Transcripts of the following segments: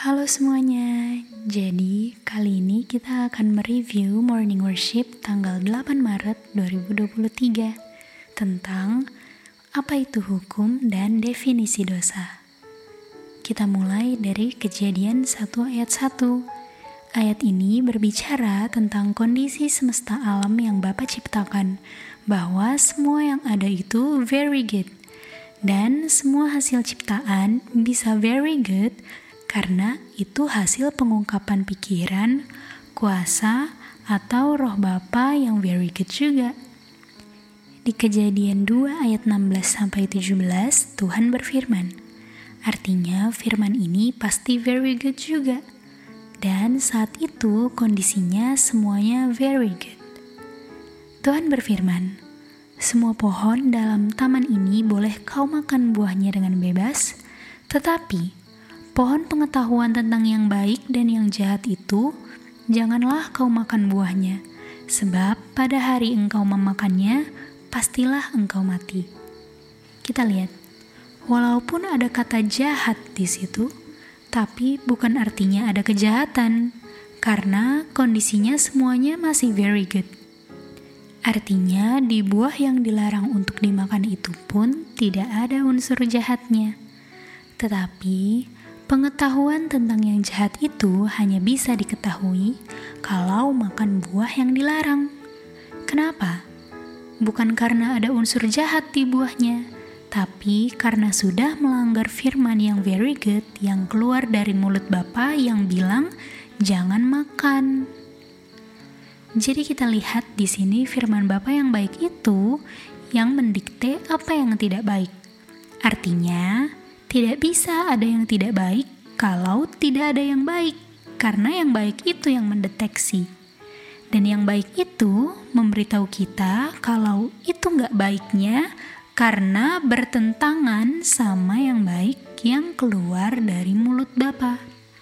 Halo semuanya, jadi kali ini kita akan mereview Morning Worship tanggal 8 Maret 2023 tentang apa itu hukum dan definisi dosa. Kita mulai dari Kejadian 1 ayat 1. Ayat ini berbicara tentang kondisi semesta alam yang Bapa ciptakan, bahwa semua yang ada itu very good. Dan semua hasil ciptaan bisa very good karena itu hasil pengungkapan pikiran, kuasa, atau roh Bapa yang very good juga. Di Kejadian 2 ayat 16-17 Tuhan berfirman. Artinya firman ini pasti very good juga. Dan saat itu kondisinya semuanya very good. Tuhan berfirman, semua pohon dalam taman ini boleh kau makan buahnya dengan bebas, tetapi pohon pengetahuan tentang yang baik dan yang jahat itu, janganlah kau makan buahnya, sebab pada hari engkau memakannya, pastilah engkau mati. Kita lihat, walaupun ada kata jahat di situ, tapi bukan artinya ada kejahatan, karena kondisinya semuanya masih very good. Artinya di buah yang dilarang untuk dimakan itu pun tidak ada unsur jahatnya. Tetapi pengetahuan tentang yang jahat itu hanya bisa diketahui kalau makan buah yang dilarang. Kenapa? Bukan karena ada unsur jahat di buahnya, tapi karena sudah melanggar firman yang very good yang keluar dari mulut Bapa yang bilang jangan makan. Jadi kita lihat di sini firman Bapa yang baik itu yang mendikte apa yang tidak baik. Artinya, tidak bisa ada yang tidak baik kalau tidak ada yang baik, karena yang baik itu yang mendeteksi. Dan yang baik itu memberitahu kita kalau itu nggak baiknya karena bertentangan sama yang baik yang keluar dari mulut Bapa.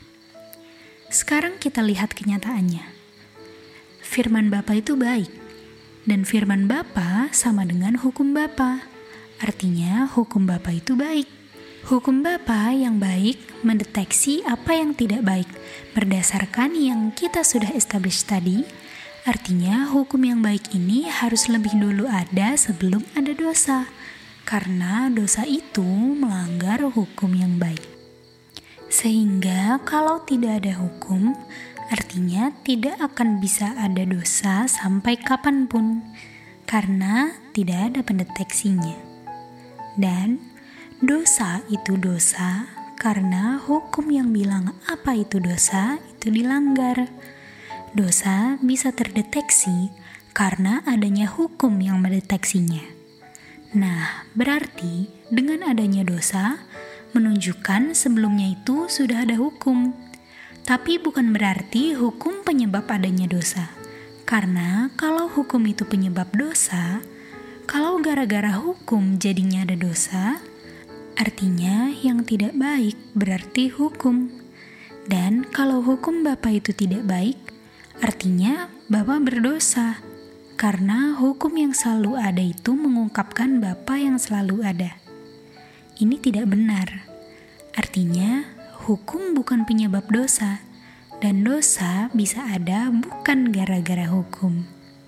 Sekarang kita lihat kenyataannya. Firman Bapa itu baik, dan firman Bapa sama dengan hukum Bapa. Artinya hukum Bapa itu baik. Hukum Bapa yang baik mendeteksi apa yang tidak baik berdasarkan yang kita sudah establish tadi. Artinya hukum yang baik ini harus lebih dulu ada sebelum ada dosa, karena dosa itu melanggar hukum yang baik. Sehingga kalau tidak ada hukum, artinya tidak akan bisa ada dosa sampai kapanpun, karena tidak ada pendeteksinya. Dan dosa itu dosa karena hukum yang bilang apa itu dosa itu dilanggar. Dosa bisa terdeteksi karena adanya hukum yang mendeteksinya. Nah, berarti dengan adanya dosa menunjukkan sebelumnya itu sudah ada hukum. Tapi bukan berarti hukum penyebab adanya dosa. Karena kalau hukum itu penyebab dosa, kalau gara-gara hukum jadinya ada dosa, artinya yang tidak baik berarti hukum. Dan kalau hukum Bapa itu tidak baik, artinya Bapa berdosa. Karena hukum yang selalu ada itu mengungkapkan Bapa yang selalu ada. Ini tidak benar. Artinya hukum bukan penyebab dosa, dan dosa bisa ada bukan gara-gara hukum.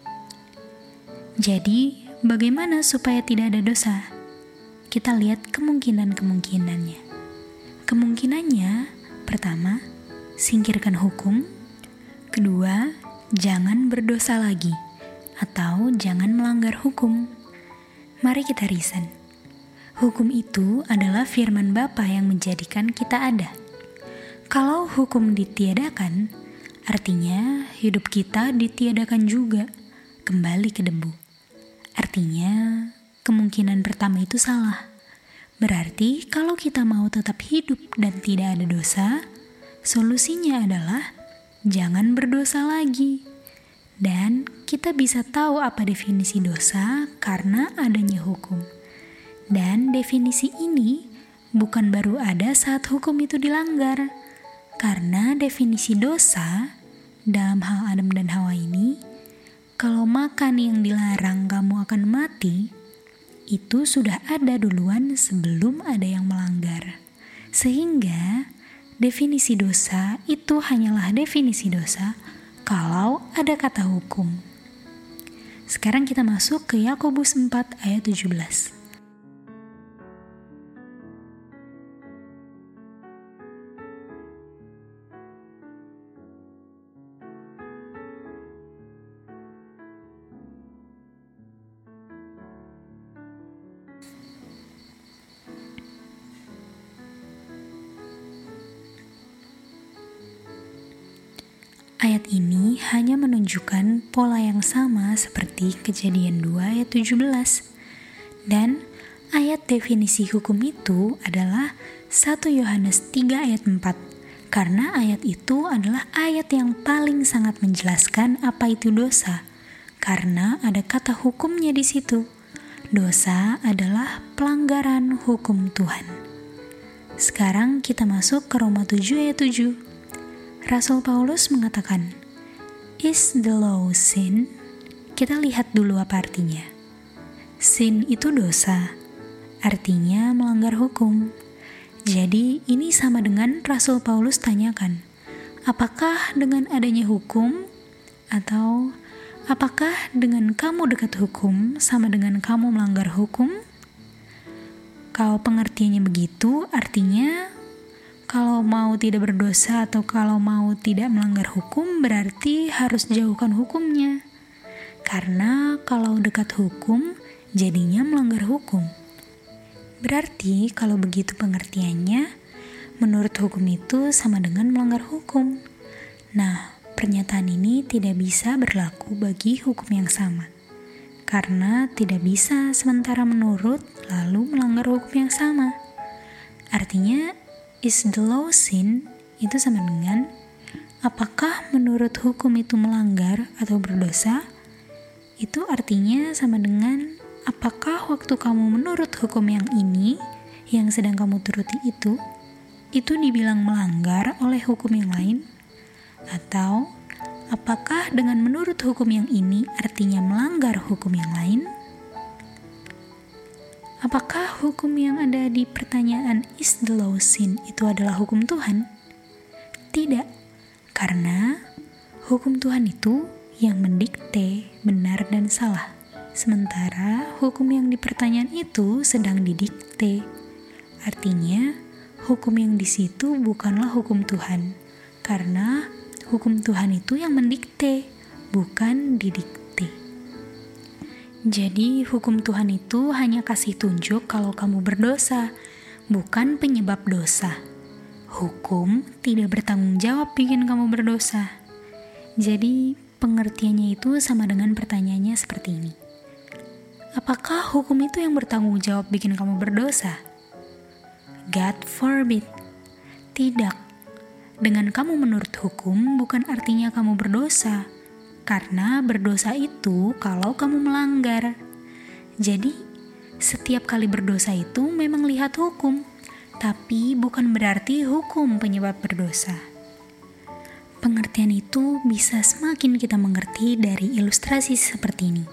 Jadi, bagaimana supaya tidak ada dosa? Kita lihat kemungkinan-kemungkinannya. Kemungkinannya, pertama, singkirkan hukum. Kedua, jangan berdosa lagi, atau jangan melanggar hukum. Mari kita reason. Hukum itu adalah firman Bapa yang menjadikan kita ada. Kalau hukum ditiadakan, artinya hidup kita ditiadakan juga, kembali ke debu. Artinya, kemungkinan pertama itu salah. Berarti kalau kita mau tetap hidup dan tidak ada dosa, solusinya adalah jangan berdosa lagi. Dan kita bisa tahu apa definisi dosa karena adanya hukum. Dan definisi ini bukan baru ada saat hukum itu dilanggar. Karena definisi dosa dalam hal Adam dan Hawa ini, kalau makan yang dilarang kamu akan mati, itu sudah ada duluan sebelum ada yang melanggar. Sehingga definisi dosa itu hanyalah definisi dosa kalau ada kata hukum. Sekarang kita masuk ke Yakobus 4 ayat 17. Ayat ini hanya menunjukkan pola yang sama seperti Kejadian 2 ayat 17. Dan ayat definisi hukum itu adalah 1 Yohanes 3 ayat 4. Karena ayat itu adalah ayat yang paling sangat menjelaskan apa itu dosa. Karena ada kata hukumnya di situ. Dosa adalah pelanggaran hukum Tuhan. Sekarang kita masuk ke Roma 7 ayat 7. Rasul Paulus mengatakan, "Is the law sin?" Kita lihat dulu apa artinya. Sin itu dosa, artinya melanggar hukum. Jadi ini sama dengan Rasul Paulus tanyakan, apakah dengan adanya hukum atau apakah dengan kamu dekat hukum sama dengan kamu melanggar hukum? Kalau pengertiannya begitu, artinya kalau mau tidak berdosa atau kalau mau tidak melanggar hukum berarti harus jauhkan hukumnya. Karena kalau dekat hukum jadinya melanggar hukum. Berarti kalau begitu pengertiannya, menurut hukum itu sama dengan melanggar hukum. Nah, pernyataan ini tidak bisa berlaku bagi hukum yang sama. Karena tidak bisa sementara menurut lalu melanggar hukum yang sama. Artinya, is the law sin? Itu sama dengan apakah menurut hukum itu melanggar atau berdosa? Itu artinya sama dengan apakah waktu kamu menurut hukum yang ini, yang sedang kamu turuti itu dibilang melanggar oleh hukum yang lain? Atau apakah dengan menurut hukum yang ini artinya melanggar hukum yang lain? Apakah hukum yang ada di pertanyaan is the law sin itu adalah hukum Tuhan? Tidak, karena hukum Tuhan itu yang mendikte benar dan salah. Sementara hukum yang di pertanyaan itu sedang didikte. Artinya, hukum yang di situ bukanlah hukum Tuhan. Karena hukum Tuhan itu yang mendikte, bukan didikte. Jadi hukum Tuhan itu hanya kasih tunjuk kalau kamu berdosa, bukan penyebab dosa. Hukum tidak bertanggung jawab bikin kamu berdosa. Jadi pengertiannya itu sama dengan pertanyaannya seperti ini. Apakah hukum itu yang bertanggung jawab bikin kamu berdosa? God forbid. Tidak. Dengan kamu menurut hukum bukan artinya kamu berdosa. Karena berdosa itu kalau kamu melanggar. Jadi, setiap kali berdosa itu memang lihat hukum, tapi bukan berarti hukum penyebab berdosa. Pengertian itu bisa semakin kita mengerti dari ilustrasi seperti ini.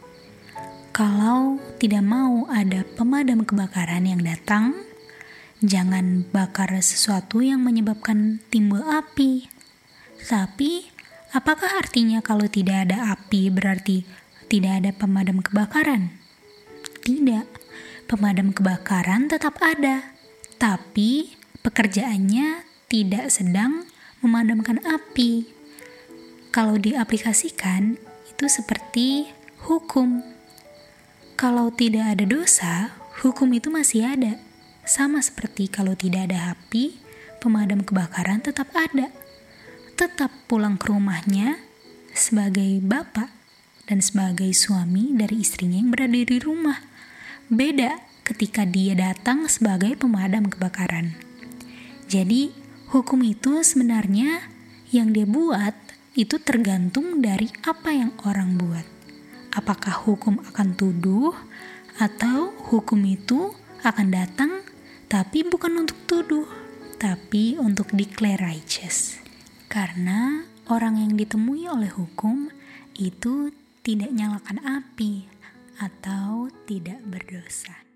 Kalau tidak mau ada pemadam kebakaran yang datang, jangan bakar sesuatu yang menyebabkan timbul api. Tapi, apakah artinya kalau tidak ada api berarti tidak ada pemadam kebakaran? Tidak, pemadam kebakaran tetap ada, tapi pekerjaannya tidak sedang memadamkan api. Kalau diaplikasikan, itu seperti hukum. Kalau tidak ada dosa, hukum itu masih ada. Sama seperti kalau tidak ada api, pemadam kebakaran tetap ada. Tetap pulang ke rumahnya sebagai bapak dan sebagai suami dari istrinya yang berada di rumah. Beda ketika dia datang sebagai pemadam kebakaran. Jadi, hukum itu sebenarnya yang dia buat itu tergantung dari apa yang orang buat. Apakah hukum akan tuduh atau hukum itu akan datang tapi bukan untuk tuduh, tapi untuk declare righteous. Karena orang yang ditemui oleh hukum itu tidak nyalakan api atau tidak berdosa.